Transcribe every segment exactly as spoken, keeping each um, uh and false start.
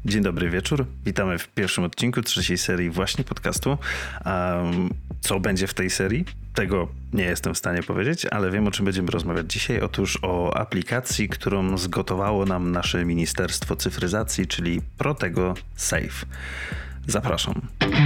Dzień dobry wieczór. Witamy w pierwszym odcinku trzeciej serii właśnie podcastu. Um, co będzie w tej serii? Tego nie jestem w stanie powiedzieć, ale wiem, o czym będziemy rozmawiać dzisiaj. Otóż o aplikacji, którą zgotowało nam nasze Ministerstwo Cyfryzacji, czyli Protego Safe. Zapraszam.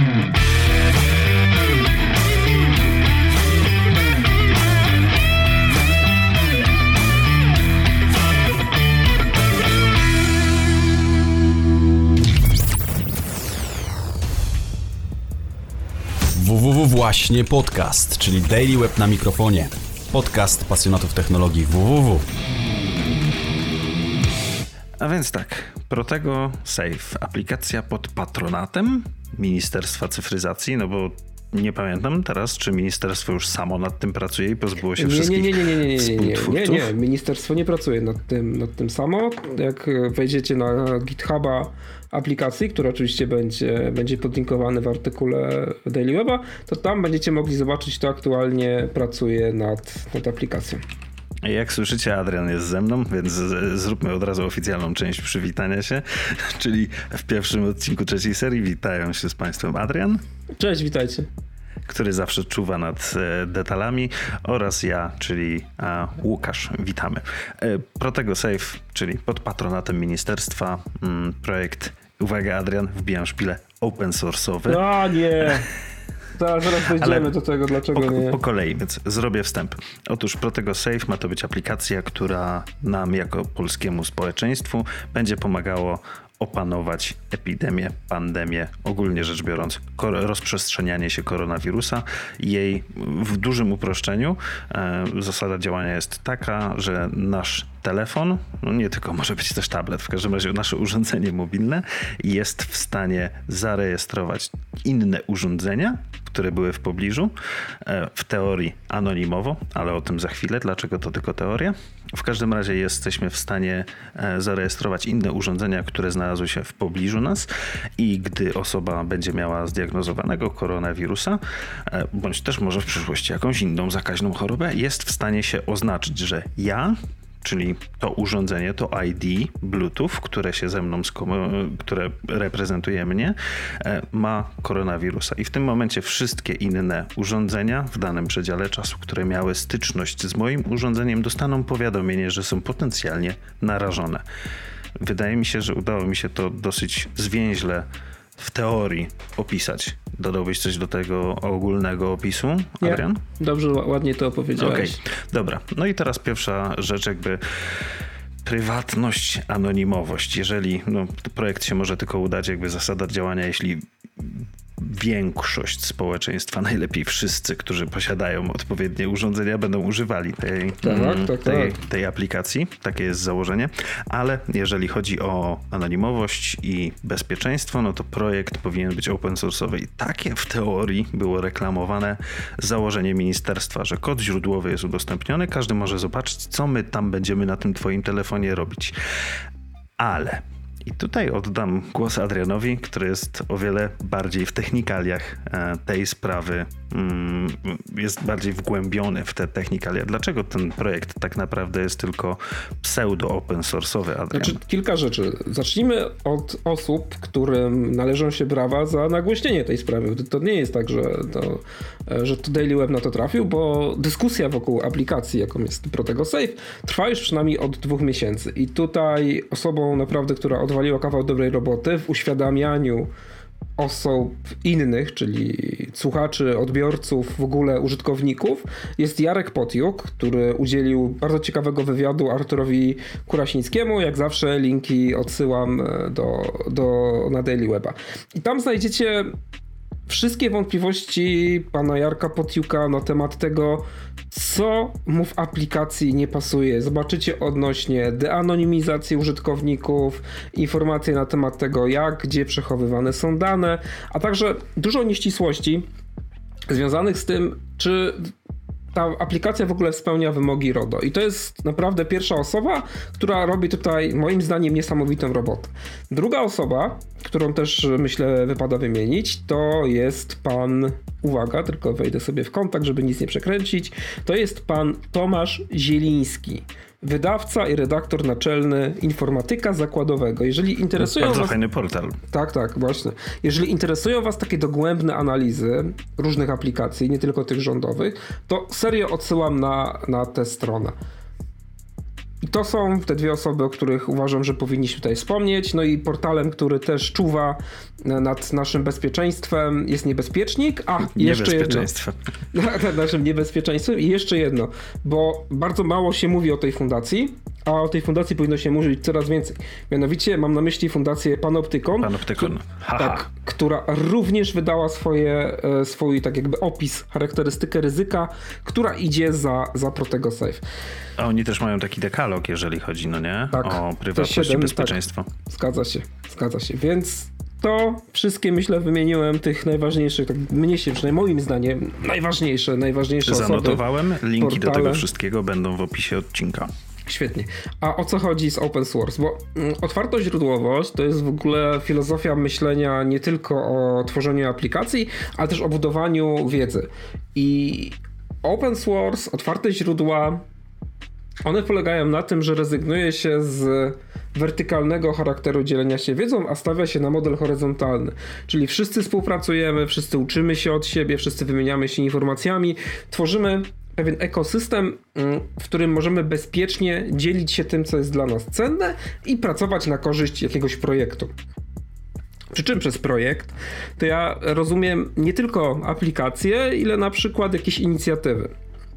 www właśnie podcast, czyli Daily Web na mikrofonie. Podcast pasjonatów technologii www. A więc tak, Protego Safe, aplikacja pod patronatem Ministerstwa Cyfryzacji, no bo nie pamiętam teraz, czy ministerstwo już samo nad tym pracuje i pozbyło się nie, wszystkich nie, nie, nie, nie, nie, nie, nie, współtwórców? nie, nie, ministerstwo nie pracuje nad tym, nad tym samo. Jak wejdziecie na GitHuba aplikacji, która oczywiście będzie, będzie podlinkowany w artykule Daily Weba, to tam będziecie mogli zobaczyć, kto aktualnie pracuje nad, nad aplikacją. Jak słyszycie, Adrian jest ze mną, więc z- zróbmy od razu oficjalną część przywitania się, czyli w pierwszym odcinku trzeciej serii witają się z Państwem Adrian. Cześć, witajcie. Który zawsze czuwa nad e, detalami, oraz ja, czyli a, Łukasz. Witamy. E, Protego Safe, czyli pod patronatem ministerstwa, mm, projekt, uwaga Adrian, wbijam szpilę, open source'owy. A nie! Zaraz, zaraz dojdziemy Ale do tego, dlaczego po, nie. Po kolei, więc zrobię wstęp. Otóż Protego Safe ma to być aplikacja, która nam jako polskiemu społeczeństwu będzie pomagało opanować epidemię, pandemię, ogólnie rzecz biorąc, kor- rozprzestrzenianie się koronawirusa. Jej w dużym uproszczeniu e, zasada działania jest taka, że nasz telefon, no nie tylko, może być też tablet, w każdym razie nasze urządzenie mobilne jest w stanie zarejestrować inne urządzenia, które były w pobliżu, e, w teorii anonimowo, ale o tym za chwilę, dlaczego to tylko teoria. W każdym razie jesteśmy w stanie e, zarejestrować inne urządzenia, które znalazły się w pobliżu nas i gdy osoba będzie miała zdiagnozowanego koronawirusa, e, bądź też może w przyszłości jakąś inną zakaźną chorobę, jest w stanie się oznaczyć, że ja, czyli to urządzenie, to I D, Bluetooth, które się ze mną, skomu- które reprezentuje mnie, ma koronawirusa. I w tym momencie wszystkie inne urządzenia w danym przedziale czasu, które miały styczność z moim urządzeniem, dostaną powiadomienie, że są potencjalnie narażone. Wydaje mi się, że udało mi się to dosyć zwięźle w teorii opisać. Dodałbyś coś do tego ogólnego opisu, Adrian? Nie, dobrze, ładnie to opowiedziałeś. Okej, okay. Dobra. No i teraz pierwsza rzecz, jakby prywatność, anonimowość. Jeżeli no, projekt się może tylko udać, jakby zasada działania, jeśli większość społeczeństwa, najlepiej wszyscy, którzy posiadają odpowiednie urządzenia, będą używali tej, tak, mm, tak, tej, tak. tej aplikacji. Takie jest założenie. Ale jeżeli chodzi o anonimowość i bezpieczeństwo, no to projekt powinien być open source'owy. I takie w teorii było reklamowane założenie ministerstwa, że kod źródłowy jest udostępniony, każdy może zobaczyć, co my tam będziemy na tym twoim telefonie robić. Ale i tutaj oddam głos Adrianowi, który jest o wiele bardziej w technikaliach tej sprawy, jest bardziej wgłębiony w te technikalia. Dlaczego ten projekt tak naprawdę jest tylko pseudo open source'owy, Adrian? Znaczy, kilka rzeczy. Zacznijmy od osób, którym należą się brawa za nagłośnienie tej sprawy. To nie jest tak, że to, że to Daily Web na to trafił, bo dyskusja wokół aplikacji, jaką jest Protego Safe, trwa już przynajmniej od dwóch miesięcy. I tutaj osobą naprawdę, która odwaliła kawał dobrej roboty w uświadamianiu osób innych, czyli słuchaczy, odbiorców, w ogóle użytkowników, jest Jarek Potiuk, który udzielił bardzo ciekawego wywiadu Arturowi Kurasińskiemu. Jak zawsze linki odsyłam do, do, na Daily Weba. I tam znajdziecie wszystkie wątpliwości pana Jarka Potiuka na temat tego, co mu w aplikacji nie pasuje. Zobaczycie odnośnie deanonimizacji użytkowników, informacje na temat tego, jak, gdzie przechowywane są dane, a także dużo nieścisłości związanych z tym, czy ta aplikacja w ogóle spełnia wymogi RODO. I to jest naprawdę pierwsza osoba, która robi tutaj moim zdaniem niesamowitą robotę. Druga osoba, którą też myślę wypada wymienić, to jest pan, uwaga, tylko wejdę sobie w kontakt, żeby nic nie przekręcić, to jest pan Tomasz Zieliński. Wydawca i redaktor naczelny informatyka zakładowego. Jeżeli interesują Bardzo was... fajny portal. Tak, tak, właśnie. Jeżeli interesują was takie dogłębne analizy różnych aplikacji, nie tylko tych rządowych, to serio odsyłam na, na tę stronę. I to są te dwie osoby, o których uważam, że powinniśmy tutaj wspomnieć. No i portalem, który też czuwa nad naszym bezpieczeństwem, jest Niebezpiecznik. A, i jeszcze jedno. Nad naszym niebezpieczeństwem. I jeszcze jedno, bo bardzo mało się mówi o tej fundacji, a o tej fundacji powinno się mówić coraz więcej. Mianowicie mam na myśli fundację Panoptykon. Panoptykon. Tak, która również wydała swoje, swój tak jakby opis, charakterystykę ryzyka, która idzie za, za Protego Safe. A oni też mają taki dekalog, jeżeli chodzi, no nie? Tak, o prywatność i bezpieczeństwo. Tak, zgadza się, zgadza się. Więc to wszystkie, myślę, wymieniłem tych najważniejszych, tak mnie się przynajmniej moim zdaniem, najważniejsze, najważniejsze osoby. Zanotowałem, linki portale. do tego wszystkiego będą w opisie odcinka. Świetnie. A o co chodzi z open source? Bo mm, otwartoźródłowość to jest w ogóle filozofia myślenia nie tylko o tworzeniu aplikacji, ale też o budowaniu wiedzy. I open source, otwarte źródła, one polegają na tym, że rezygnuje się z wertykalnego charakteru dzielenia się wiedzą, a stawia się na model horyzontalny. Czyli wszyscy współpracujemy, wszyscy uczymy się od siebie, wszyscy wymieniamy się informacjami, tworzymy pewien ekosystem, w którym możemy bezpiecznie dzielić się tym, co jest dla nas cenne i pracować na korzyść jakiegoś projektu. Przy czym przez projekt to ja rozumiem nie tylko aplikacje, ile na przykład jakieś inicjatywy.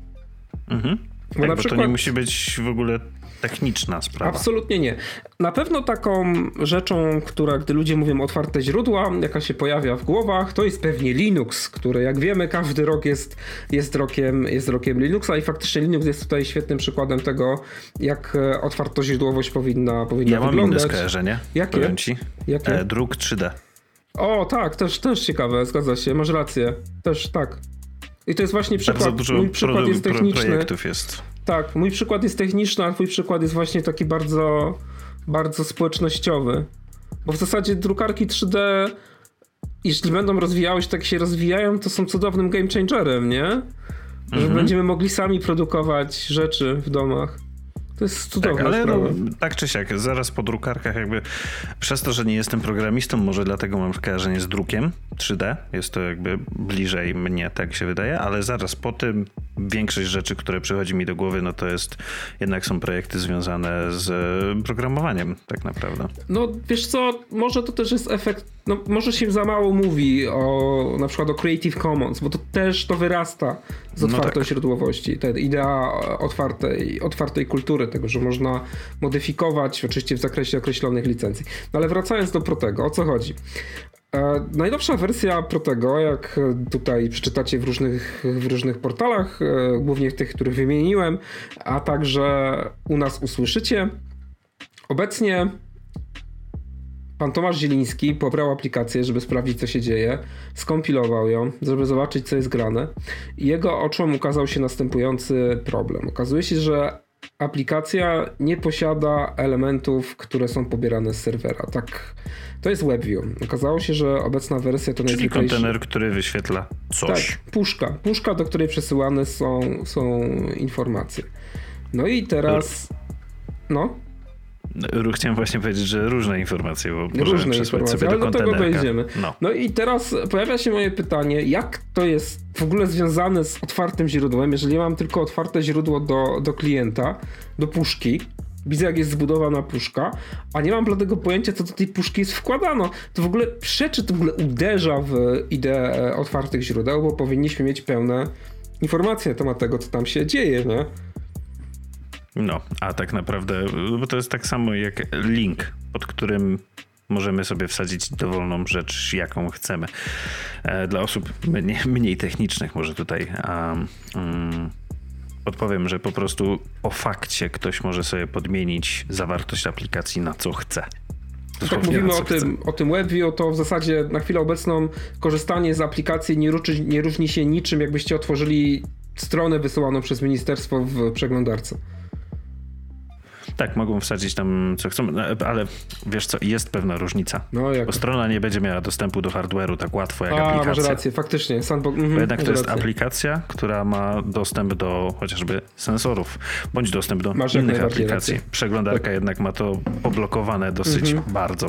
Mhm. Bo, tak, na bo przykład... to nie musi być w ogóle techniczna sprawa. Absolutnie nie. Na pewno taką rzeczą, która, gdy ludzie mówią otwarte źródła, jaka się pojawia w głowach, to jest pewnie Linux, który, jak wiemy, każdy rok jest, jest, rokiem, jest rokiem Linuxa i faktycznie Linux jest tutaj świetnym przykładem tego, jak otwartoźródłowość powinna, powinna ja wyglądać. Ja mam inne skojarzenie. Jakie? Powiem ci. Jakie? E, druk trzy D. O, tak, też, też ciekawe, zgadza się, masz rację. Też tak. I to jest właśnie przykład. Bardzo dużo mój przykład pro, jest techniczny. projektów jest. Tak, mój przykład jest techniczny, a twój przykład jest właśnie taki bardzo, bardzo społecznościowy. Bo w zasadzie drukarki trzy D, jeśli będą rozwijały się tak się rozwijają, to są cudownym game changerem, nie? Że mhm. będziemy mogli sami produkować rzeczy w domach. To jest cudowna tak, ale sprawa. No, tak czy siak, zaraz po drukarkach jakby przez to, że nie jestem programistą, może dlatego mam skojarzenie z drukiem trzy D, jest to jakby bliżej mnie, tak się wydaje, ale zaraz po tym większość rzeczy, które przychodzi mi do głowy, no to jest, jednak są projekty związane z programowaniem tak naprawdę. No wiesz co, może to też jest efekt, no może się za mało mówi o na przykład o Creative Commons, bo to też to wyrasta z otwartoźródłowości, ta idea otwartej, otwartej kultury, tego, że można modyfikować oczywiście w zakresie określonych licencji. No ale wracając do Protego, o co chodzi? E, najnowsza wersja Protego, jak tutaj przeczytacie w różnych, w różnych portalach, e, głównie tych, których wymieniłem, a także u nas usłyszycie, obecnie pan Tomasz Zieliński pobrał aplikację, żeby sprawdzić, co się dzieje, skompilował ją, żeby zobaczyć, co jest grane i jego oczom ukazał się następujący problem. Okazuje się, że aplikacja nie posiada elementów, które są pobierane z serwera. Tak, to jest WebView. Okazało się, że obecna wersja to Czyli kontener, który wyświetla coś. Tak, puszka. Puszka, do której przesyłane są, są informacje. No i teraz... No... Chciałem właśnie powiedzieć, że różne informacje, bo różne informacje, sobie ale do, do tego dojdziemy. No. no i teraz pojawia się moje pytanie, jak to jest w ogóle związane z otwartym źródłem, jeżeli ja mam tylko otwarte źródło do, do klienta, do puszki, widzę jak jest zbudowana puszka, a nie mam dlatego pojęcia, co do tej puszki jest wkładano. To w ogóle przeczy, to w ogóle uderza w ideę otwartych źródeł, bo powinniśmy mieć pełne informacje na temat tego, co tam się dzieje, nie? No, a tak naprawdę, bo to jest tak samo jak link, pod którym możemy sobie wsadzić dowolną rzecz, jaką chcemy. Dla osób mniej, mniej technicznych może tutaj um, um, odpowiem, że po prostu po fakcie ktoś może sobie podmienić zawartość aplikacji na co chce. Tak mówimy o tym, o tym WebView, to w zasadzie na chwilę obecną korzystanie z aplikacji nie, ruczy, nie różni się niczym, jakbyście otworzyli stronę wysyłaną przez ministerstwo w przeglądarce. Tak, mogą wsadzić tam co chcą, ale wiesz co, jest pewna różnica. No, jak... Bo strona nie będzie miała dostępu do hardware'u tak łatwo jak A, aplikacja. masz rację, faktycznie. Sandbox, mm, bo jednak to jest rację. aplikacja, która ma dostęp do chociażby sensorów, bądź dostęp do masz innych aplikacji. rację. Przeglądarka tak. jednak ma to poblokowane dosyć mhm. bardzo.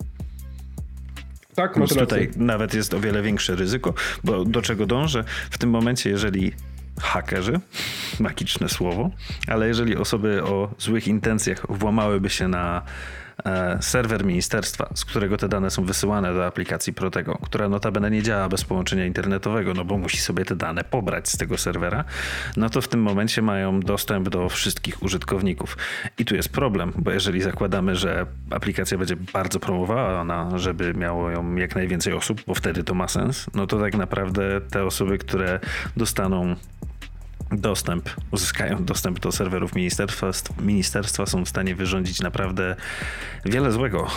Tak, masz Więc tutaj rację. nawet jest o wiele większe ryzyko, bo do czego dążę? W tym momencie, jeżeli hakerzy, magiczne słowo, ale jeżeli osoby o złych intencjach włamałyby się na e, serwer ministerstwa, z którego te dane są wysyłane do aplikacji Protego, która notabene nie działa bez połączenia internetowego, no bo musi sobie te dane pobrać z tego serwera, no to w tym momencie mają dostęp do wszystkich użytkowników. I tu jest problem, bo jeżeli zakładamy, że aplikacja będzie bardzo promowana, żeby miało ją jak najwięcej osób, bo wtedy to ma sens, no to tak naprawdę te osoby, które dostaną dostęp, uzyskają dostęp do serwerów ministerstwa, ministerstwa są w stanie wyrządzić naprawdę wiele złego.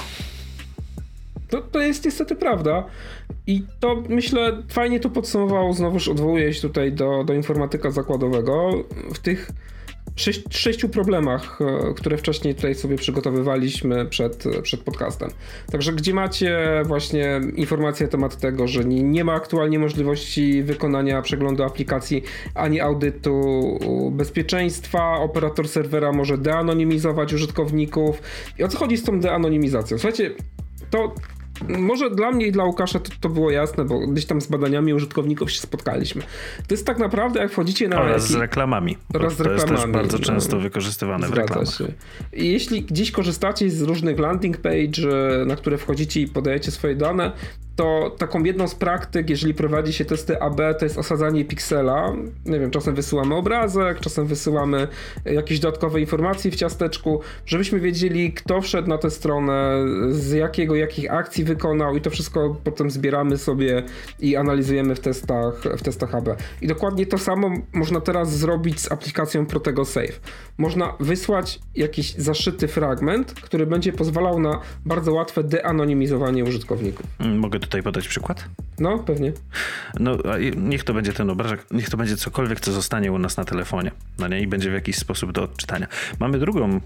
To, to jest niestety prawda i to myślę fajnie to podsumowało, znowuż odwołuję się tutaj do, do informatyka zakładowego w tych sześć, sześciu problemach, które wcześniej tutaj sobie przygotowywaliśmy przed, przed podcastem. Także gdzie macie właśnie informacje na temat tego, że nie, nie ma aktualnie możliwości wykonania przeglądu aplikacji ani audytu bezpieczeństwa, operator serwera może deanonimizować użytkowników. I o co chodzi z tą deanonimizacją? Słuchajcie, to może dla mnie i dla Łukasza to, to było jasne, bo gdzieś tam z badaniami użytkowników się spotkaliśmy. To jest tak naprawdę, jak wchodzicie na... Oraz jaki... z reklamami. Oraz z to reklamami. jest też bardzo no, często wykorzystywane w zgadza reklamach. się. I jeśli gdzieś korzystacie z różnych landing page, na które wchodzicie i podajecie swoje dane, to taką jedną z praktyk, jeżeli prowadzi się testy A B, to jest osadzanie piksela. Nie wiem, czasem wysyłamy obrazek, czasem wysyłamy jakieś dodatkowe informacje w ciasteczku, żebyśmy wiedzieli, kto wszedł na tę stronę, z jakiego, jakich akcji wykonał i to wszystko potem zbieramy sobie i analizujemy w testach, w testach A B. I dokładnie to samo można teraz zrobić z aplikacją Protego Safe. Można wysłać jakiś zaszyty fragment, który będzie pozwalał na bardzo łatwe deanonimizowanie użytkowników. Mogę tutaj podać przykład? No, pewnie. No, niech to będzie ten obrazek, niech to będzie cokolwiek, co zostanie u nas na telefonie, no nie? I będzie w jakiś sposób do odczytania. Mamy drugą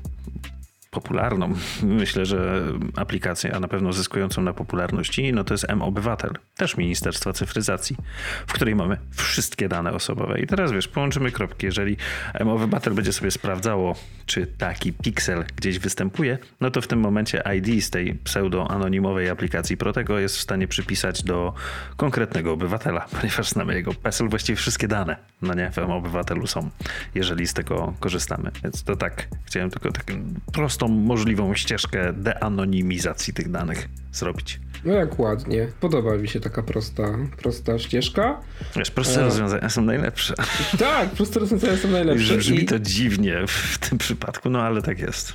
popularną, myślę, że aplikację, a na pewno zyskującą na popularności, no to jest M-Obywatel, też Ministerstwa Cyfryzacji, w której mamy wszystkie dane osobowe. I teraz wiesz, połączymy kropki. Jeżeli M-Obywatel będzie sobie sprawdzało, czy taki piksel gdzieś występuje, no to w tym momencie I D z tej pseudo-anonimowej aplikacji Protego jest w stanie przypisać do konkretnego obywatela, ponieważ znamy jego PESEL, właściwie wszystkie dane, no nie, w M-Obywatelu są, jeżeli z tego korzystamy. Więc to tak, chciałem tylko taką prostą możliwą ścieżkę deanonimizacji tych danych zrobić. No jak ładnie. Podoba mi się taka prosta, prosta ścieżka. Wiesz, proste e... rozwiązania są najlepsze. Tak, proste rozwiązania są najlepsze. Brzmi I... to dziwnie w tym przypadku, no ale tak jest.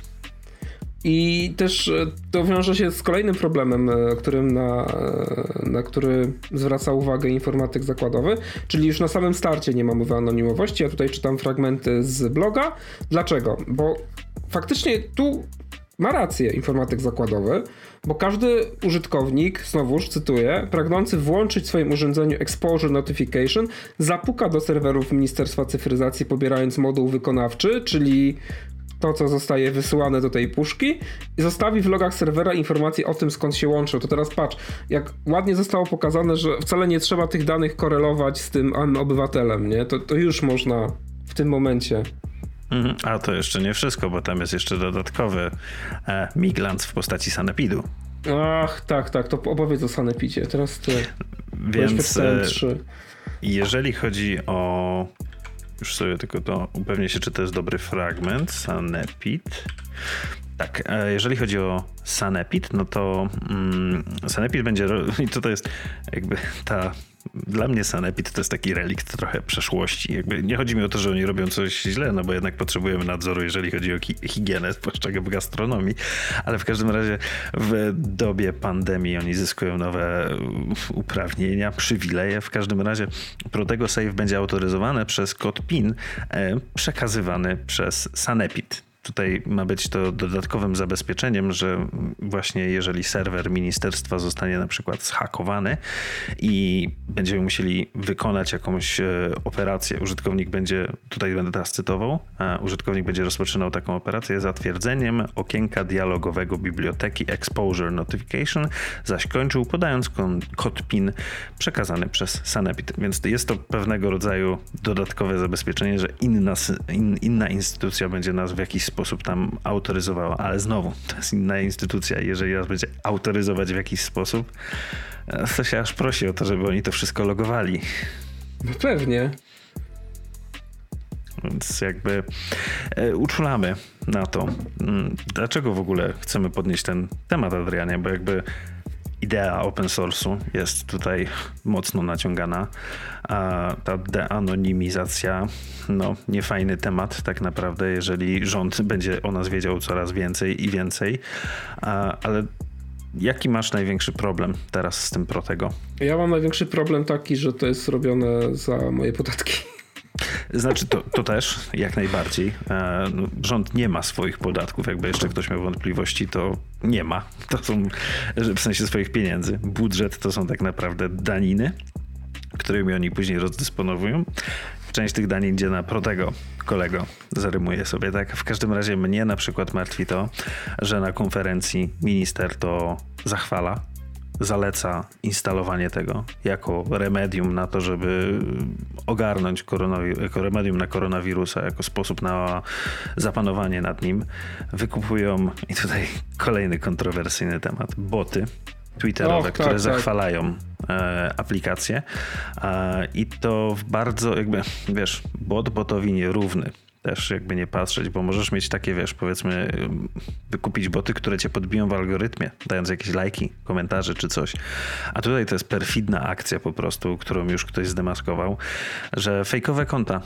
I też to wiąże się z kolejnym problemem, którym na, na który zwraca uwagę informatyk zakładowy, czyli już na samym starcie nie ma mowy o anonimowości. Ja tutaj czytam fragmenty z bloga. Dlaczego? Bo faktycznie tu ma rację informatyk zakładowy, bo każdy użytkownik, znowuż cytuję, pragnący włączyć w swoim urządzeniu Exposure Notification zapuka do serwerów Ministerstwa Cyfryzacji, pobierając moduł wykonawczy, czyli to, co zostaje wysyłane do tej puszki, i zostawi w logach serwera informacje o tym, skąd się łączył. To teraz patrz, jak ładnie zostało pokazane, że wcale nie trzeba tych danych korelować z tym obywatelem, nie? To, to już można w tym momencie. Mhm. A to jeszcze nie wszystko, bo tam jest jeszcze dodatkowy e, miglans w postaci sanepidu. Ach, tak, tak, to opowiedz o sanepidzie. Teraz ty. Więc e, jeżeli chodzi o... Już sobie tylko to upewnię się, czy to jest dobry fragment. Sanepid. Tak, jeżeli chodzi o Sanepid, no to mm, Sanepid będzie... I to, to jest jakby ta... Dla mnie Sanepid to jest taki relikt trochę przeszłości. Jakby nie chodzi mi o to, że oni robią coś źle, no bo jednak potrzebujemy nadzoru, jeżeli chodzi o hi- higienę, zwłaszcza w gastronomii, ale w każdym razie w dobie pandemii oni zyskują nowe uprawnienia, przywileje. W każdym razie Protego Safe będzie autoryzowane przez kod PIN e, przekazywany przez Sanepid. tutaj ma być to dodatkowym zabezpieczeniem, że właśnie jeżeli serwer ministerstwa zostanie na przykład zhakowany i będziemy musieli wykonać jakąś operację, użytkownik będzie, tutaj będę teraz cytował, użytkownik będzie rozpoczynał taką operację zatwierdzeniem okienka dialogowego biblioteki Exposure Notification, zaś kończył podając kod PIN przekazany przez Sanepid. Więc jest to pewnego rodzaju dodatkowe zabezpieczenie, że inna, in, inna instytucja będzie nas w jakiś sposób tam autoryzowała, ale znowu, to jest inna instytucja. Jeżeli nas będzie autoryzować w jakiś sposób, to się aż prosi o to, żeby oni to wszystko logowali. No pewnie. Więc jakby e, uczulamy na to. Dlaczego w ogóle chcemy podnieść ten temat, Adrianie? Bo jakby idea open source'u jest tutaj mocno naciągana, a ta deanonimizacja, no niefajny temat tak naprawdę, jeżeli rząd będzie o nas wiedział coraz więcej i więcej, a, ale jaki masz największy problem teraz z tym Protego? Ja mam największy problem taki, że to jest robione za moje podatki. Znaczy to, to też, jak najbardziej. E, no, rząd nie ma swoich podatków. Jakby jeszcze ktoś miał wątpliwości, to nie ma. To są, w sensie swoich pieniędzy. Budżet to są tak naprawdę daniny, którymi oni później rozdysponowują. Część tych danin idzie na Protego, kolego, zarymuję sobie, tak? W każdym razie mnie na przykład martwi to, że na konferencji minister to zachwala, zaleca instalowanie tego jako remedium na to, żeby ogarnąć koronawir- jako remedium na koronawirusa, jako sposób na zapanowanie nad nim. Wykupują, i tutaj kolejny kontrowersyjny temat, boty twitterowe, Och, które tak, zachwalają e, aplikacje e, i to w bardzo jakby, wiesz, bot botowi nierówny. Też jakby nie patrzeć, bo możesz mieć takie, wiesz, powiedzmy, wykupić boty, które cię podbiją w algorytmie, dając jakieś lajki, komentarze czy coś. A tutaj to jest perfidna akcja po prostu, którą już ktoś zdemaskował, że fejkowe konta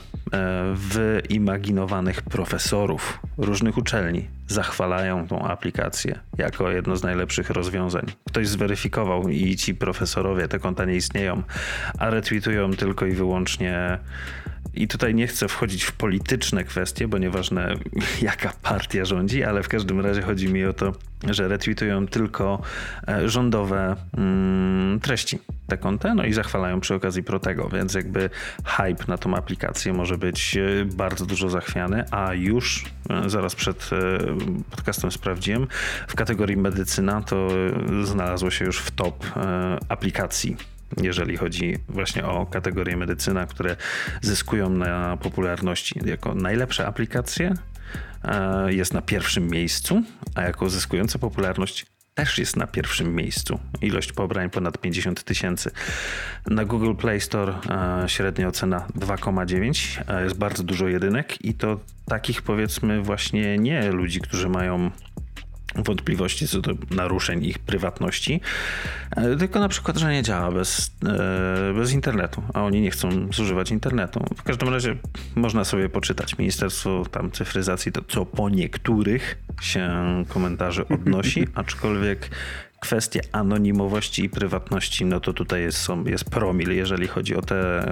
wyimaginowanych profesorów różnych uczelni zachwalają tą aplikację jako jedno z najlepszych rozwiązań. Ktoś zweryfikował i ci profesorowie, te konta nie istnieją, a retweetują tylko i wyłącznie. I tutaj nie chcę wchodzić w polityczne kwestie, bo nieważne jaka partia rządzi, ale w każdym razie chodzi mi o to, że retweetują tylko rządowe mm, treści, te konta, no i zachwalają przy okazji Protego, więc jakby hype na tą aplikację może być bardzo dużo zachwiany, a już zaraz przed podcastem sprawdziłem, w kategorii medycyna to znalazło się już w top aplikacji, jeżeli chodzi właśnie o kategorię medycyna, które zyskują na popularności. Jako najlepsze aplikacje jest na pierwszym miejscu, a jako zyskująca popularność też jest na pierwszym miejscu. Ilość pobrań ponad pięćdziesiąt tysięcy. Na Google Play Store średnia ocena dwa przecinek dziewięć. Jest bardzo dużo jedynek i to takich, powiedzmy, właśnie nie ludzi, którzy mają wątpliwości co do naruszeń ich prywatności, tylko na przykład, że nie działa bez, bez internetu, a oni nie chcą zużywać internetu. W każdym razie można sobie poczytać. Ministerstwo tam cyfryzacji to co po niektórych się komentarzy odnosi, aczkolwiek kwestie anonimowości i prywatności, no to tutaj jest, są, jest promil, jeżeli chodzi o te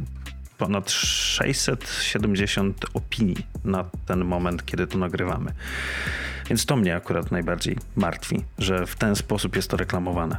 ponad sześćset siedemdziesiąt opinii na ten moment, kiedy to nagrywamy. Więc to mnie akurat najbardziej martwi, że w ten sposób jest to reklamowane.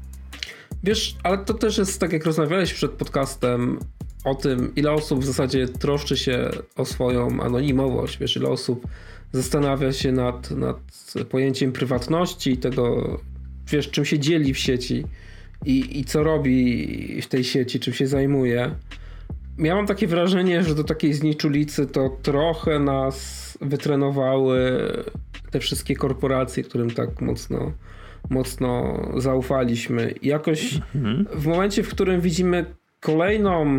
Wiesz, ale to też jest tak, jak rozmawiałeś przed podcastem o tym, ile osób w zasadzie troszczy się o swoją anonimowość. Wiesz, ile osób zastanawia się nad, nad pojęciem prywatności i tego, wiesz, czym się dzieli w sieci i, i co robi w tej sieci, czym się zajmuje. Ja mam takie wrażenie, że do takiej zniczulicy to trochę nas wytrenowały te wszystkie korporacje, którym tak mocno, mocno zaufaliśmy. I jakoś mhm. w momencie, w którym widzimy kolejną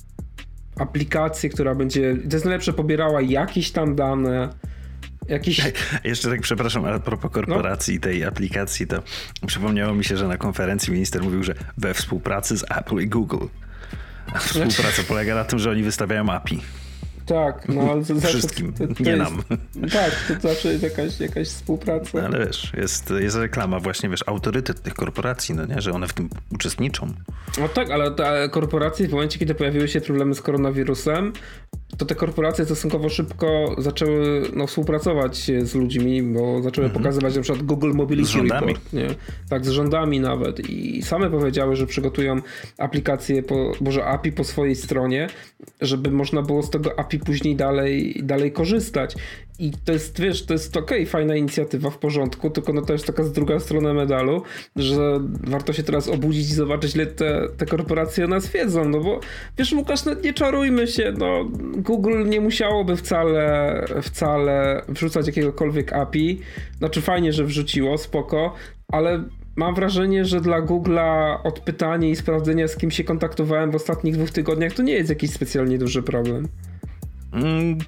aplikację, która będzie, to jest najlepsze, pobierała jakieś tam dane, jakiś... Jeszcze tak, przepraszam, ale a propos korporacji i no. tej aplikacji, to przypomniało mi się, że na konferencji minister mówił, że we współpracy z Apple i Google. A współpraca znaczy... polega na tym, że oni wystawiają A P I. Tak, no ale to wszystkim, to, to nie jest, nam. Tak, to zawsze jest jakaś, jakaś współpraca. Ale wiesz, jest, jest reklama właśnie, wiesz, autorytet tych korporacji, no nie, że one w tym uczestniczą. No tak, ale te korporacje w momencie, kiedy pojawiły się problemy z koronawirusem, to te korporacje stosunkowo szybko zaczęły no, współpracować z ludźmi, bo zaczęły mhm. pokazywać na przykład Google Mobility Report. Nie? Tak, z rządami nawet. I same powiedziały, że przygotują aplikację, po, może A P I po swojej stronie, żeby można było z tego A P I później dalej, dalej korzystać. I to jest, wiesz, to jest okej, okay, fajna inicjatywa, w porządku, tylko no to jest taka z druga strona medalu, że warto się teraz obudzić i zobaczyć, ile te, te korporacje o nas wiedzą, no bo wiesz, Łukasz, no nie czarujmy się, no Google nie musiałoby wcale, wcale wrzucać jakiegokolwiek A P I, znaczy fajnie, że wrzuciło, spoko, ale mam wrażenie, że dla Google'a odpytanie i sprawdzenie, z kim się kontaktowałem w ostatnich dwóch tygodniach, to nie jest jakiś specjalnie duży problem. Mm.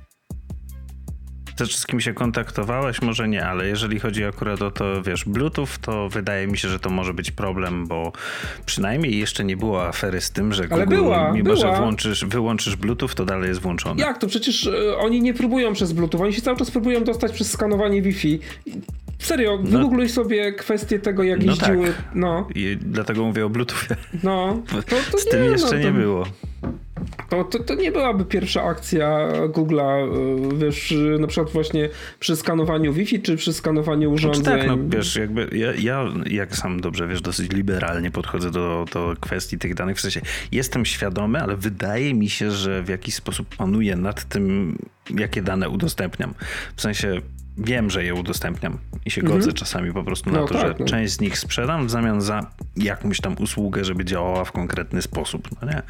Też z kim się kontaktowałeś? Może nie, ale jeżeli chodzi akurat o to, wiesz, Bluetooth, to wydaje mi się, że to może być problem, bo przynajmniej jeszcze nie było afery z tym, że Google, ale była, mimo była. że włączysz, wyłączysz Bluetooth, to dalej jest włączony. Jak to? Przecież y, oni nie próbują przez Bluetooth, oni się cały czas próbują dostać przez skanowanie Wi-Fi. Serio, no, wygoogluj sobie kwestię tego, jak no jeździły... Tak. No. I dlatego mówię o Bluetoothie. No. To, to z tym nie, jeszcze no, to... nie było. To, to, to nie byłaby pierwsza akcja Google'a, wiesz, na przykład właśnie przy skanowaniu Wi-Fi, czy przy skanowaniu urządzeń. Znaczy tak, no wiesz, jakby ja, ja, jak sam dobrze wiesz, dosyć liberalnie podchodzę do, do kwestii tych danych, w sensie jestem świadomy, ale wydaje mi się, że w jakiś sposób panuję nad tym, jakie dane udostępniam. W sensie wiem, że je udostępniam i się godzę mm-hmm. czasami po prostu na no to, tak, że no. część z nich sprzedam w zamian za jakąś tam usługę, żeby działała w konkretny sposób, no nie?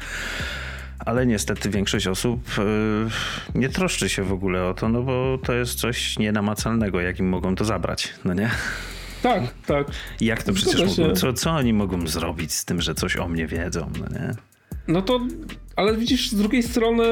Ale niestety większość osób yy, nie troszczy się w ogóle o to, no bo to jest coś nienamacalnego, jak im mogą to zabrać, no nie? Tak, tak. Jak to przecież mogą, co, co oni mogą zrobić z tym, że coś o mnie wiedzą, no nie? No to, ale widzisz, z drugiej strony...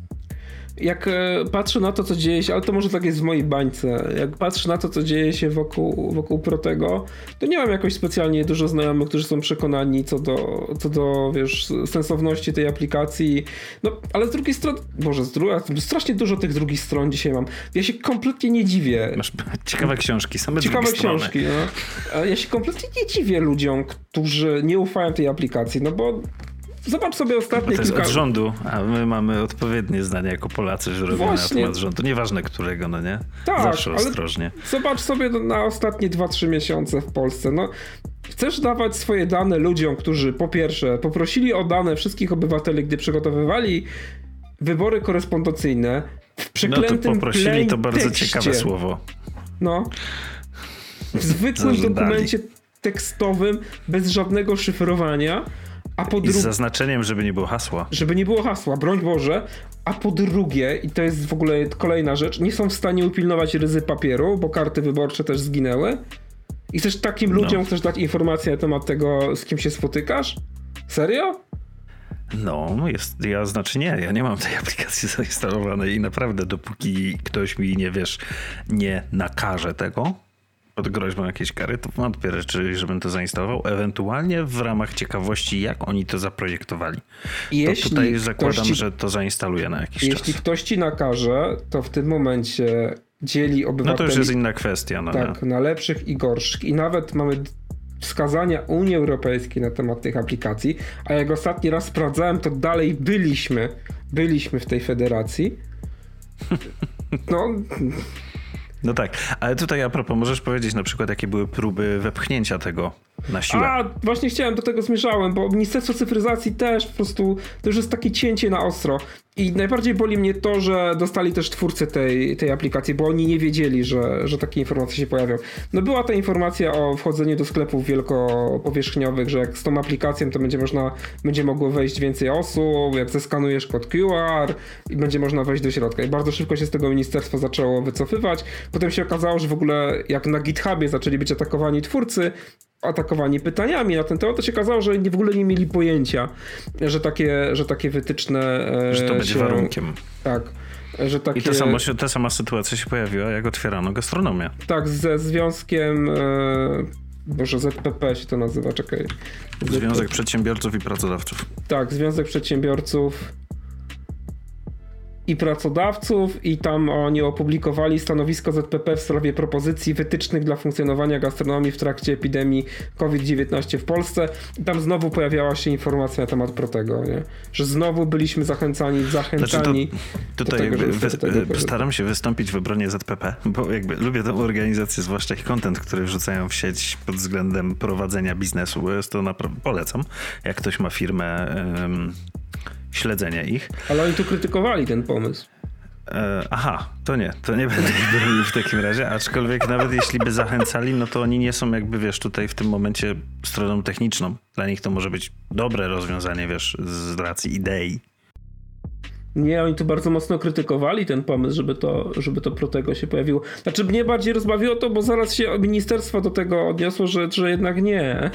Jak patrzę na to, co dzieje się, ale to może tak jest w mojej bańce, jak patrzę na to, co dzieje się wokół, wokół Protego, to nie mam jakoś specjalnie dużo znajomych, którzy są przekonani co do, co do wiesz, sensowności tej aplikacji. No, ale z drugiej strony, Boże, z drugiej, strasznie dużo tych drugich stron dzisiaj mam. Ja się kompletnie nie dziwię. Masz ciekawe książki, same ciekawe drugie książki, no. Ja się kompletnie nie dziwię ludziom, którzy nie ufają tej aplikacji, no bo zobacz sobie ostatnie to jest kilka... od rządu, a my mamy odpowiednie zdania jako Polacy, że robimy na temat rządu. Nieważne którego, no nie? Tak, zawsze ostrożnie. Zobacz sobie na ostatnie dwa trzy miesiące w Polsce. No, chcesz dawać swoje dane ludziom, którzy po pierwsze poprosili o dane wszystkich obywateli, gdy przygotowywali wybory korespondencyjne w przeklętym No to poprosili, to bardzo tekście. ciekawe słowo. No. W zwykłym Zażądali. dokumencie tekstowym, bez żadnego szyfrowania. A po dru... I z zaznaczeniem, żeby nie było hasła. Żeby nie było hasła, broń Boże. A po drugie, i to jest w ogóle kolejna rzecz, nie są w stanie upilnować ryzy papieru, bo karty wyborcze też zginęły. I chcesz takim ludziom no. chcesz dać informację na temat tego, z kim się spotykasz? Serio? No, jest, ja znaczy nie, ja nie mam tej aplikacji zainstalowanej i naprawdę dopóki ktoś mi, nie wiesz, nie nakaże tego, pod groźbą jakiejś kary, to wątpię rzeczy, żebym to zainstalował. Ewentualnie w ramach ciekawości, jak oni to zaprojektowali. Jeśli to tutaj zakładam, ci, że to zainstaluję na jakiś jeśli czas. Jeśli ktoś ci nakaże, to w tym momencie dzieli obywateli... No to już jest inna kwestia. No tak, nie? na lepszych i gorszych. I nawet mamy wskazania Unii Europejskiej na temat tych aplikacji, a jak ostatni raz sprawdzałem, to dalej byliśmy, byliśmy w tej federacji. No... No tak, ale tutaj a propos, możesz powiedzieć na przykład, jakie były próby wepchnięcia tego na siłę? A, właśnie chciałem, do tego zmierzałem, bo Ministerstwo Cyfryzacji też po prostu, to już jest takie cięcie na ostro. I najbardziej boli mnie to, że dostali też twórcy tej, tej aplikacji, bo oni nie wiedzieli, że, że takie informacje się pojawią. No była ta informacja o wchodzeniu do sklepów wielkopowierzchniowych, że jak z tą aplikacją to będzie można, będzie mogło wejść więcej osób, jak zeskanujesz kod Q R i będzie można wejść do środka. I bardzo szybko się z tego ministerstwo zaczęło wycofywać. Potem się okazało, że w ogóle jak na GitHubie zaczęli być atakowani twórcy, atakowani pytaniami na ten temat, to się okazało, że w ogóle nie mieli pojęcia, że takie, że takie wytyczne e, że to będzie się, warunkiem. Tak. Że takie, I ta sama, ta sama sytuacja się pojawiła, jak otwierano gastronomię. Tak, ze związkiem e, Boże, Z P P się to nazywa, czekaj. Związek Przedsiębiorców i Pracodawców. Tak, Związek Przedsiębiorców i pracodawców i tam oni opublikowali stanowisko Z P P w sprawie propozycji wytycznych dla funkcjonowania gastronomii w trakcie epidemii COVID dziewiętnaście w Polsce. I tam znowu pojawiała się informacja na temat Protego, nie? Że znowu byliśmy zachęcani, zachęcani. Znaczy to, tutaj tego, wy, wy, staram się wystąpić w obronie Z P P, bo jakby lubię tę organizację, zwłaszcza ich content, który wrzucają w sieć pod względem prowadzenia biznesu, bo jest to naprawdę, polecam, jak ktoś ma firmę, um, śledzenie ich. Ale oni tu krytykowali ten pomysł. E, aha, to nie, to nie będę bronił w takim razie, aczkolwiek nawet jeśli by zachęcali, no to oni nie są jakby, wiesz, tutaj w tym momencie stroną techniczną. Dla nich to może być dobre rozwiązanie, wiesz, z racji idei. Nie, oni tu bardzo mocno krytykowali ten pomysł, żeby to, żeby to Protego się pojawiło. Znaczy mnie bardziej rozbawiło to, bo zaraz się ministerstwo do tego odniosło, że, że jednak nie.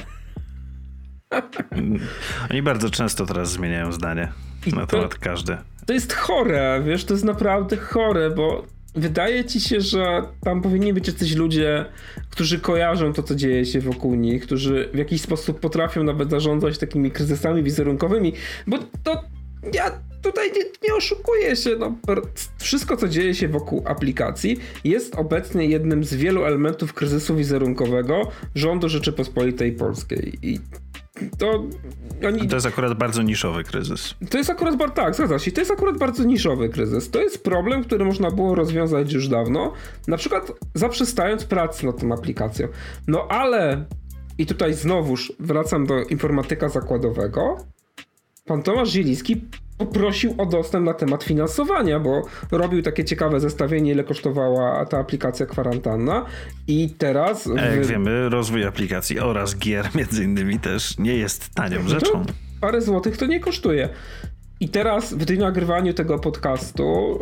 Oni bardzo często teraz zmieniają zdanie I na to, temat każdy. To jest chore, wiesz, to jest naprawdę chore, bo wydaje ci się, że tam powinni być jacyś ludzie, którzy kojarzą to, co dzieje się wokół nich, którzy w jakiś sposób potrafią nawet zarządzać takimi kryzysami wizerunkowymi, bo to ja tutaj nie, nie oszukuję się, no, wszystko, co dzieje się wokół aplikacji jest obecnie jednym z wielu elementów kryzysu wizerunkowego rządu Rzeczypospolitej Polskiej i To, oni... to jest akurat bardzo niszowy kryzys. To jest akurat bardzo, tak, zgadza się. To jest akurat bardzo niszowy kryzys. To jest problem, który można było rozwiązać już dawno, na przykład zaprzestając pracy nad tą aplikacją. No ale, i tutaj znowuż wracam do informatyka zakładowego, pan Tomasz Zieliński poprosił o dostęp na temat finansowania, bo robił takie ciekawe zestawienie, ile kosztowała ta aplikacja kwarantanna i teraz... A jak wy... wiemy, rozwój aplikacji oraz gier między innymi też nie jest tanią rzeczą. Parę złotych to nie kosztuje. I teraz w dniu nagrywaniu tego podcastu,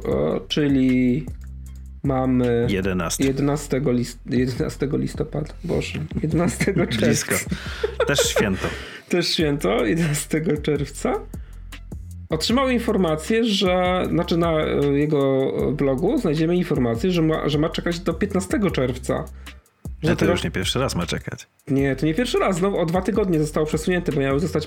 czyli mamy... jedenastego jedenastego, list... jedenastego listopada, boże, jedenastego czerwca. Blisko. Też święto. Też święto, jedenastego czerwca. Otrzymał informację, że, znaczy na jego blogu znajdziemy informację, że ma, że ma czekać do piętnastego czerwca. Że to teraz... już nie pierwszy raz ma czekać. Nie, to nie pierwszy raz. Znowu o dwa tygodnie zostało przesunięte, bo miały zostać,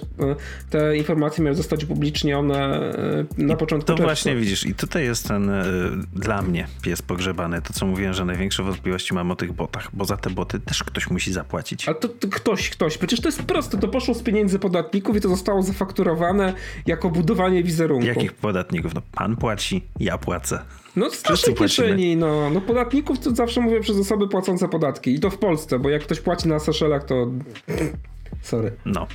te informacje miały zostać upublicznione na początku To czerwca. właśnie widzisz i tutaj jest ten dla mnie pies pogrzebany. To co mówiłem, że największe wątpliwości mam o tych botach, bo za te boty też ktoś musi zapłacić. Ale to, to ktoś, ktoś. Przecież to jest proste. To poszło z pieniędzy podatników i to zostało zafakturowane jako budowanie wizerunku. Jakich podatników? No pan płaci, ja płacę. No z naszej kieszeni, no, no podatników to zawsze mówię przez osoby płacące podatki i to w Polsce, bo jak ktoś płaci na Seszelach, to sorry. No.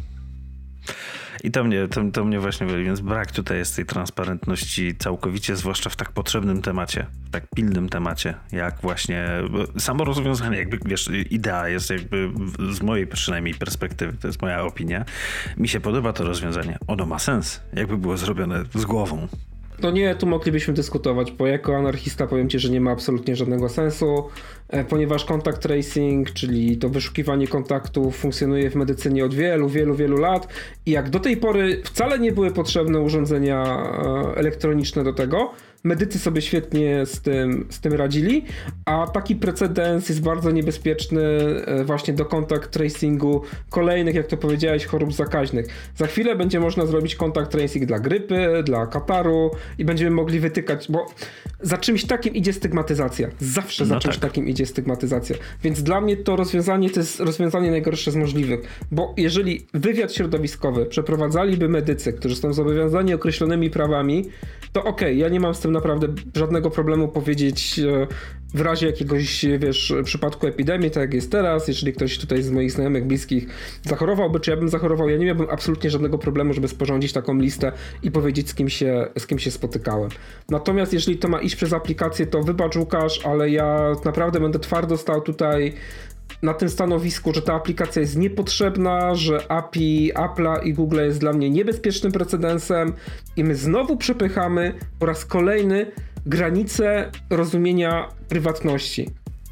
I to mnie, to, to mnie właśnie wyli, więc brak tutaj jest tej transparentności całkowicie, zwłaszcza w tak potrzebnym temacie, w tak pilnym temacie, jak właśnie samo rozwiązanie, jakby wiesz, idea jest jakby z mojej przynajmniej perspektywy, to jest moja opinia, mi się podoba to rozwiązanie, ono ma sens, jakby było zrobione z głową. No nie, tu moglibyśmy dyskutować, bo jako anarchista powiem ci, że nie ma absolutnie żadnego sensu, ponieważ contact tracing, czyli to wyszukiwanie kontaktów funkcjonuje w medycynie od wielu, wielu, wielu lat i jak do tej pory wcale nie były potrzebne urządzenia elektroniczne do tego, medycy sobie świetnie z tym, z tym radzili, a taki precedens jest bardzo niebezpieczny właśnie do contact tracingu kolejnych, jak to powiedziałeś, chorób zakaźnych. Za chwilę będzie można zrobić contact tracing dla grypy, dla kataru i będziemy mogli wytykać, bo za czymś takim idzie stygmatyzacja. Zawsze no za czymś tak. takim idzie stygmatyzacja. Więc dla mnie to rozwiązanie to jest rozwiązanie najgorsze z możliwych, bo jeżeli wywiad środowiskowy przeprowadzaliby medycy, którzy są zobowiązani określonymi prawami, to okej, okay, ja nie mam z tym naprawdę żadnego problemu powiedzieć w razie jakiegoś, wiesz, przypadku epidemii, tak jak jest teraz, jeżeli ktoś tutaj z moich znajomych, bliskich zachorowałby, czy ja bym zachorował, ja nie miałbym absolutnie żadnego problemu, żeby sporządzić taką listę i powiedzieć, z kim się, z kim się spotykałem. Natomiast jeżeli to ma iść przez aplikację, to wybacz Łukasz, ale ja naprawdę będę twardo stał tutaj na tym stanowisku, że ta aplikacja jest niepotrzebna, że A P I Apple'a i Google'a jest dla mnie niebezpiecznym precedensem i my znowu przepychamy po raz kolejny granice rozumienia prywatności.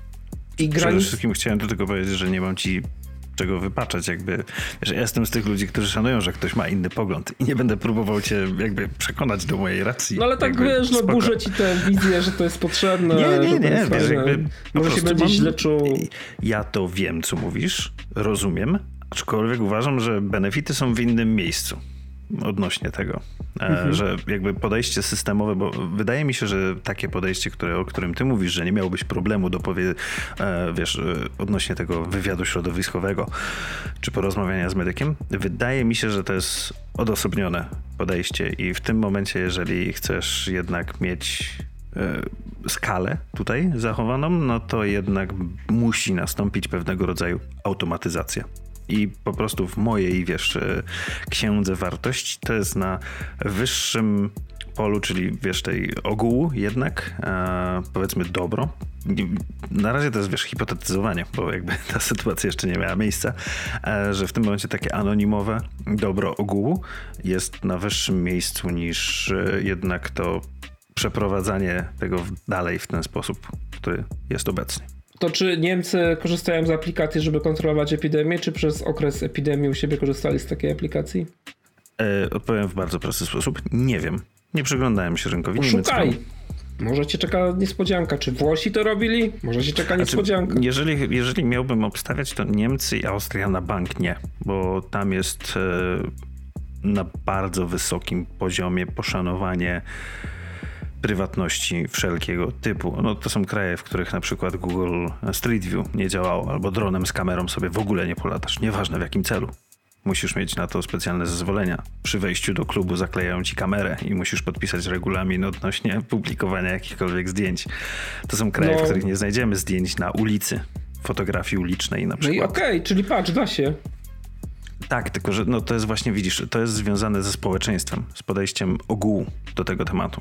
I granic... Przede wszystkim chciałem do tego powiedzieć, że nie mam ci czego wypaczać, jakby, wiesz, ja jestem z tych ludzi, którzy szanują, że ktoś ma inny pogląd i nie będę próbował cię jakby przekonać do mojej racji. No ale tak jakby, wiesz, no burzę ci tę wizję, że to jest potrzebne. Nie, nie, nie, wiesz, jakby może się będzie mam, źle czuł. Ja to wiem, co mówisz, rozumiem, aczkolwiek uważam, że benefity są w innym miejscu. odnośnie tego, Mhm. że jakby podejście systemowe, bo wydaje mi się, że takie podejście, które, o którym ty mówisz, że nie miałbyś problemu do powie, wiesz, odnośnie tego wywiadu środowiskowego czy porozmawiania z medykiem, wydaje mi się, że to jest odosobnione podejście i w tym momencie, jeżeli chcesz jednak mieć skalę tutaj zachowaną, no to jednak musi nastąpić pewnego rodzaju automatyzacja. I po prostu w mojej, wiesz, księdze wartości to jest na wyższym polu, czyli wiesz, tej ogółu jednak, e, powiedzmy dobro. Na razie to jest, wiesz, hipotetyzowanie, bo jakby ta sytuacja jeszcze nie miała miejsca, e, że w tym momencie takie anonimowe dobro ogółu jest na wyższym miejscu niż e, jednak to przeprowadzanie tego dalej w ten sposób, który jest obecnie. To czy Niemcy korzystają z aplikacji, żeby kontrolować epidemię, czy przez okres epidemii u siebie korzystali z takiej aplikacji? E, odpowiem w bardzo prosty sposób. Nie wiem. Nie przyglądałem się rynkowi Poszukaj. niemieckiemu. Może cię czeka niespodzianka. Czy Włosi to robili? Może cię czeka niespodzianka. Znaczy, jeżeli, jeżeli miałbym obstawiać, to Niemcy i Austria na bank nie, bo tam jest e, na bardzo wysokim poziomie poszanowanie prywatności wszelkiego typu. No to są kraje, w których na przykład Google Street View nie działało, albo dronem z kamerą sobie w ogóle nie polatasz. Nieważne w jakim celu. Musisz mieć na to specjalne zezwolenia. Przy wejściu do klubu zaklejają ci kamerę i musisz podpisać regulamin odnośnie publikowania jakichkolwiek zdjęć. To są kraje, no. w których nie znajdziemy zdjęć na ulicy, fotografii ulicznej na przykład. No i okej, okay, czyli patrz, da się. Tak, tylko że no to jest właśnie, widzisz, to jest związane ze społeczeństwem, z podejściem ogółu do tego tematu.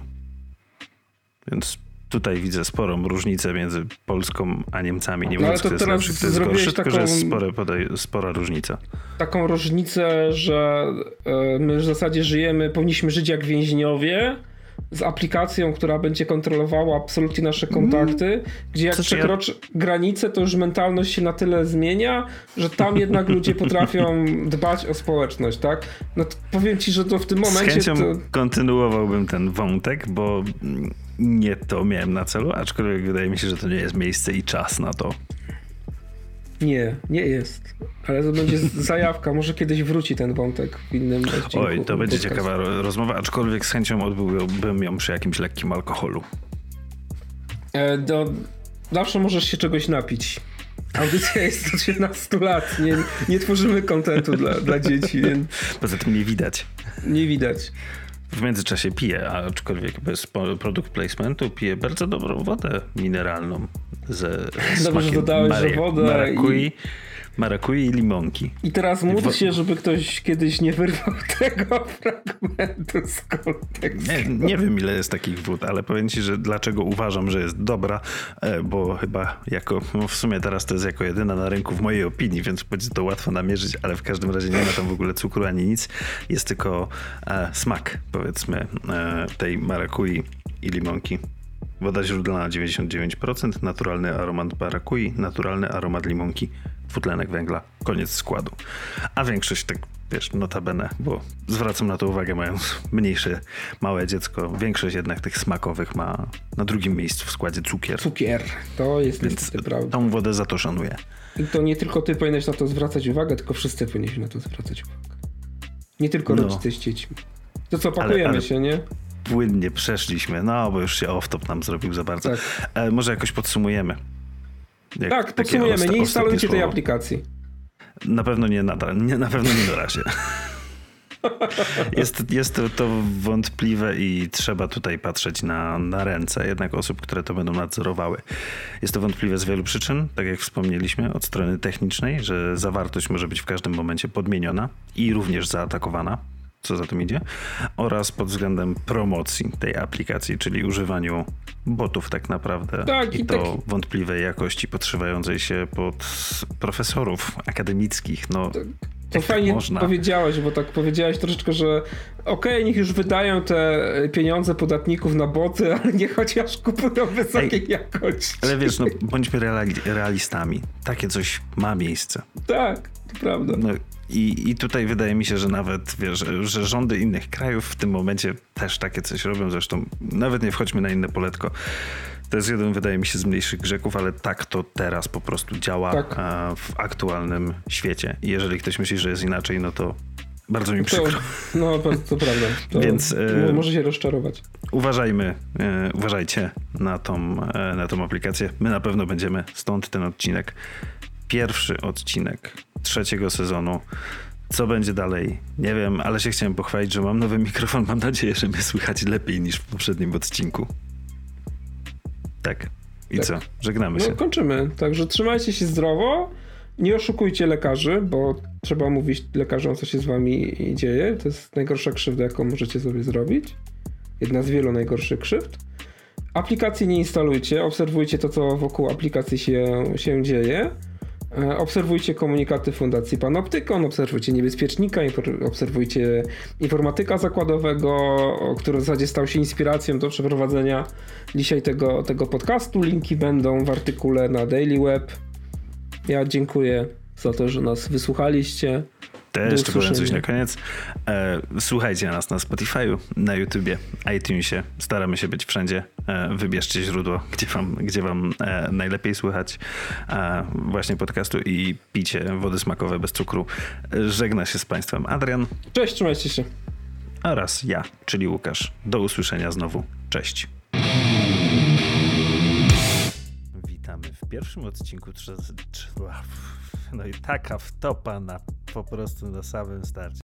Więc tutaj widzę sporą różnicę między Polską a Niemcami. Nie mówiąc, no, kto jest lepszy, kto jest gorszy, tylko że jest spore, podaj- spora różnica. Taką różnicę, że y, my w zasadzie żyjemy, powinniśmy żyć jak więźniowie z aplikacją, która będzie kontrolowała absolutnie nasze kontakty, mm. gdzie jak Znaczy, przekroczy ja... granicę, to już mentalność się na tyle zmienia, że tam jednak ludzie potrafią dbać o społeczność, tak? No to powiem ci, że to w tym momencie... Z chęcią to... kontynuowałbym ten wątek, bo nie to miałem na celu, aczkolwiek wydaje mi się, że to nie jest miejsce i czas na to. Nie, nie jest. Ale to będzie zajawka. Może kiedyś wróci ten wątek w innym odcinku. Oj, to będzie podcastu. ciekawa rozmowa, aczkolwiek z chęcią odbyłbym ją przy jakimś lekkim alkoholu. E, do, zawsze możesz się czegoś napić. Audycja jest do osiemnastu lat. Nie, nie tworzymy kontentu dla, dla dzieci, więc... Poza tym nie widać. Nie widać. W międzyczasie piję, aczkolwiek bez product placementu, piję bardzo dobrą wodę mineralną ze Dobrze, że dodałeś, mari- że wodę marakui, i... marakui i limonki. I teraz módl wo- się, żeby ktoś kiedyś nie wyrwał tego fragmentu z kontekstu. Nie, nie wiem, ile jest takich wód, ale powiem ci, że dlaczego uważam, że jest dobra, bo chyba jako, no w sumie teraz to jest jako jedyna na rynku w mojej opinii, więc będzie to łatwo namierzyć, ale w każdym razie nie ma tam w ogóle cukru ani nic. Jest tylko e, smak, powiedzmy, e, tej marakui i limonki. Woda źródlana dziewięćdziesiąt dziewięć procent, naturalny aromat marakui, naturalny aromat limonki, dwutlenek węgla, koniec składu. A większość, tak wiesz, notabene, bo zwracam na to uwagę, mając mniejsze, małe dziecko, większość jednak tych smakowych ma na drugim miejscu w składzie cukier. Cukier, to jest Więc niestety prawda. tą wodę za to szanuję. I to nie tylko ty powinieneś na to zwracać uwagę, tylko wszyscy powinni na to zwracać uwagę. Nie tylko No. rodzice z dziećmi. To co, pakujemy Ale- ale- się, nie? Płynnie przeszliśmy, no bo już się off-top nam zrobił za bardzo. Tak. E, może jakoś podsumujemy. Jak Tak, takie podsumujemy. osta- Nie instalujcie ostatnie tej słowo. aplikacji. Na pewno nie nadal, nie, na pewno nie na razie. Jest, jest to, to wątpliwe i trzeba tutaj patrzeć na, na ręce jednak osób, które to będą nadzorowały. Jest to wątpliwe z wielu przyczyn, tak jak wspomnieliśmy, od strony technicznej, że zawartość może być w każdym momencie podmieniona i również zaatakowana, co za tym idzie, oraz pod względem promocji tej aplikacji, czyli używaniu botów tak naprawdę Tak, i, i to tak- wątpliwej jakości podszywającej się pod profesorów akademickich. No, To jak fajnie tak można? powiedziałeś, bo tak powiedziałeś troszeczkę, że okej, okay, niech już wydają te pieniądze podatników na boty, ale niech chociaż kupują wysokiej Ej, jakości. Ale wiesz, no bądźmy reali- realistami. Takie coś ma miejsce. Tak, to prawda. No, i, I tutaj wydaje mi się, że nawet wiesz, że rządy innych krajów w tym momencie też takie coś robią. Zresztą nawet nie wchodźmy na inne poletko. To jest jeden, wydaje mi się, z mniejszych grzechów, ale tak to teraz po prostu działa Tak. e, w aktualnym świecie. I jeżeli ktoś myśli, że jest inaczej, no to Bardzo mi To, przykro. no, to, to prawda. To Więc e, może się rozczarować. Uważajmy, e, uważajcie na tą, e, na tą aplikację. My na pewno będziemy, stąd ten odcinek. Pierwszy odcinek trzeciego sezonu. Co będzie dalej? Nie wiem, ale się chciałem pochwalić, że mam nowy mikrofon. Mam nadzieję, że mnie słychać lepiej niż w poprzednim odcinku. Tak. I tak. Co? Żegnamy no, się. Kończymy. Także trzymajcie się zdrowo. Nie oszukujcie lekarzy, bo trzeba mówić lekarzom, co się z wami dzieje. To jest najgorsza krzywda, jaką możecie sobie zrobić. Jedna z wielu najgorszych krzywd. Aplikacji nie instalujcie. Obserwujcie to, co wokół aplikacji się, się dzieje. Obserwujcie komunikaty Fundacji Panoptykon, obserwujcie Niebezpiecznika, obserwujcie Informatyka Zakładowego, który w zasadzie stał się inspiracją do przeprowadzenia dzisiaj tego, tego podcastu. Linki będą w artykule na Daily Web. Ja dziękuję za to, że nas wysłuchaliście. Też powiem coś na koniec. E, słuchajcie nas na Spotify'u, na YouTubie, iTunesie. Staramy się być wszędzie. E, wybierzcie źródło, gdzie wam, gdzie wam e, najlepiej słychać e, właśnie podcastu i picie wody smakowe bez cukru. Żegna się z państwem Adrian. Cześć, trzymajcie się. Oraz ja, czyli Łukasz. Do usłyszenia znowu. Cześć. Witamy w pierwszym odcinku. No i taka wtopa na, po prostu na samym starcie.